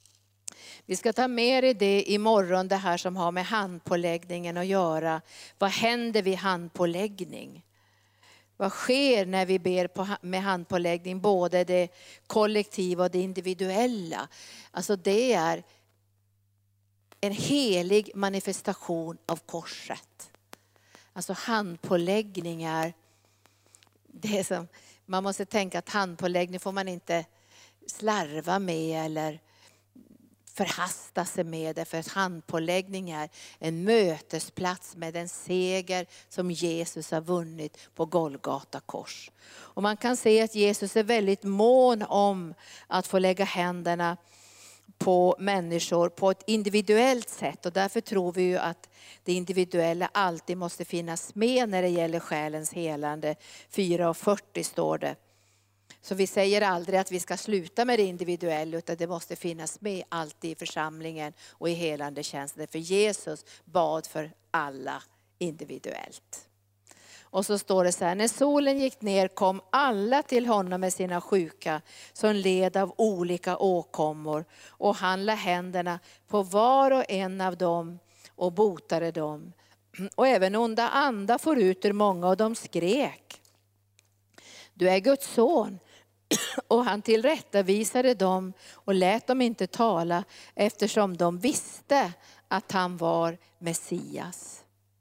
Speaker 1: Vi ska ta med i det imorgon, det här som har med handpåläggningen att göra. Vad händer vid handpåläggning? Vad sker när vi ber på, med handpåläggning, både det kollektiva och det individuella? Alltså det är en helig manifestation av korset. Alltså handpåläggningar. Det är som, man måste tänka att handpåläggning får man inte slarva med eller förhasta sig med det. För att handpåläggning är en mötesplats med den seger som Jesus har vunnit på Golgata kors. Och man kan se att Jesus är väldigt mån om att få lägga händerna på människor på ett individuellt sätt. Och därför tror vi ju att det individuella alltid måste finnas med när det gäller själens helande. fyra och fyrtio står det. Så vi säger aldrig att vi ska sluta med det individuella, utan det måste finnas med alltid i församlingen och i helande tjänsten. För Jesus bad för alla individuellt. Och så står det så här: när solen gick ner kom alla till honom med sina sjuka som led av olika åkommor. Och han la händerna på var och en av dem och botade dem. Och även onda andar for ut ur många och de skrek: du är Guds son. Och han tillrättavisade dem och lät dem inte tala, eftersom de visste att han var Messias.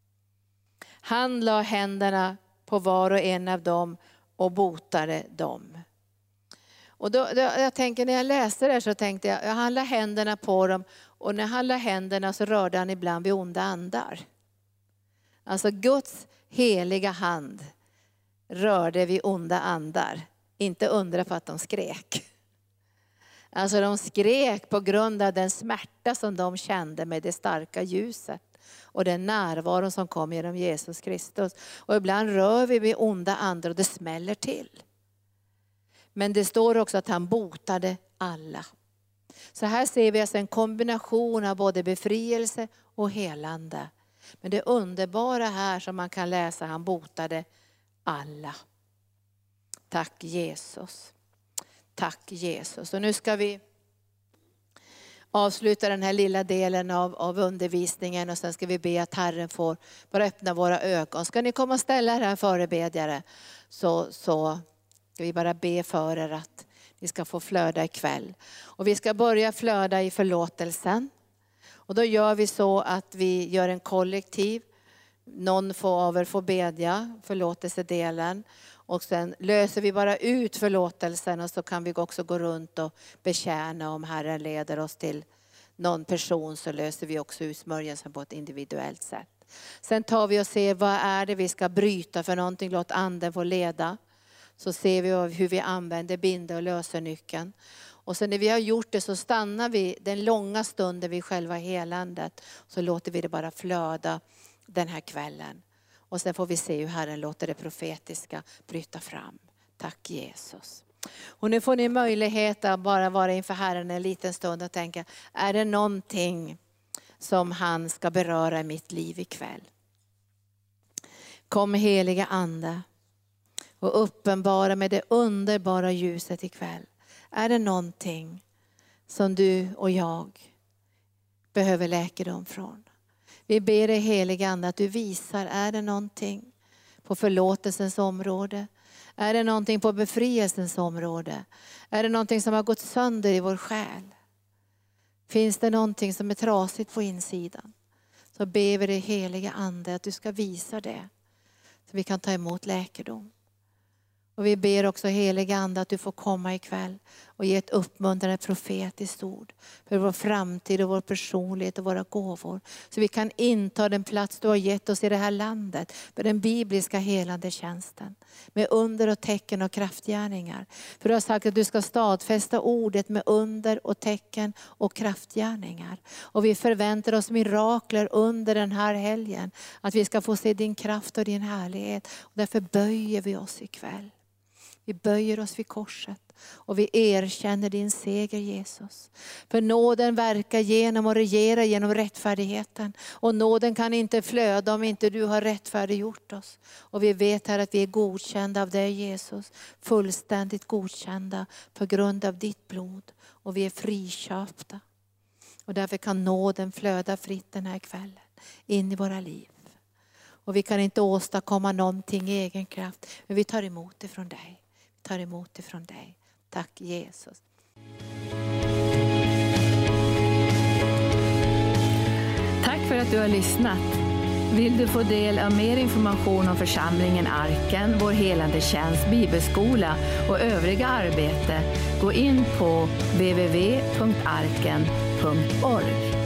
Speaker 1: Han la händerna på var och en av dem och botade dem. Och då, då, jag tänker, när jag läste det så tänkte jag, han la händerna på dem, och när han la händerna så rörde han ibland vid onda andar. Alltså Guds heliga hand rörde vid onda andar. Inte undra på att de skrek. Alltså de skrek på grund av den smärta som de kände med det starka ljuset. Och den närvaron som kom genom Jesus Kristus. Och ibland rör vi vid onda andar och det smäller till. Men det står också att han botade alla. Så här ser vi alltså en kombination av både befrielse och helande. Men det underbara här som man kan läsa, han botade alla. Tack Jesus. Tack Jesus. Och nu ska vi avsluta den här lilla delen av, av undervisningen. Och sen ska vi be att Herren får bara öppna våra ögon. Ska ni komma och ställa er här förebedjare, så, så ska vi bara be för er att ni ska få flöda ikväll. Och vi ska börja flöda i förlåtelsen. Och då gör vi så att vi gör en kollektiv. Någon får av er får bedja förlåtelsedelen. Och sen löser vi bara ut förlåtelsen, och så kan vi också gå runt och betjäna. Om Herren leder oss till någon person så löser vi också ut smörjelsen på ett individuellt sätt. Sen tar vi och ser vad är det vi ska bryta för någonting. Låt anden få leda. Så ser vi hur vi använder binde- och lösennyckeln. Och sen när vi har gjort det så stannar vi den långa stunden vid själva helandet. Så låter vi det bara flöda den här kvällen. Och sen får vi se hur Herren låter det profetiska bryta fram. Tack Jesus. Och nu får ni möjlighet att bara vara inför Herren en liten stund och tänka: är det någonting som han ska beröra i mitt liv ikväll? Kom heliga ande och uppenbara med det underbara ljuset ikväll. Är det någonting som du och jag behöver läkedom från? Vi ber dig heliga ande att du visar, är det någonting på förlåtelsens område? Är det någonting på befrielsens område? Är det någonting som har gått sönder i vår själ? Finns det någonting som är trasigt på insidan? Så ber vi dig heliga ande att du ska visa det. Så vi kan ta emot läkedom. Och vi ber också heliga ande att du får komma ikväll och ge ett uppmuntrande profetiskt ord för vår framtid och vår personlighet och våra gåvor. Så vi kan inta den plats du har gett oss i det här landet med den bibliska helande tjänsten. Med under och tecken och kraftgärningar. För du har sagt att du ska stadfästa ordet med under och tecken och kraftgärningar. Och vi förväntar oss mirakler under den här helgen. Att vi ska få se din kraft och din härlighet. Och därför böjer vi oss ikväll. Vi böjer oss vid korset och vi erkänner din seger Jesus. För nåden verkar genom och regera genom rättfärdigheten. Och nåden kan inte flöda om inte du har rättfärdiggjort oss. Och vi vet här att vi är godkända av dig Jesus. Fullständigt godkända på grund av ditt blod. Och vi är friköpta. Och därför kan nåden flöda fritt den här kvällen in i våra liv. Och vi kan inte åstadkomma någonting i egen kraft. Men vi tar emot det från dig. Tar emot det från dig. Tack Jesus.
Speaker 2: Tack för att du har lyssnat. Vill du få del av mer information om församlingen Arken, vår helande tjänst, bibelskola och övriga arbete, gå in på w w w punkt arken punkt org.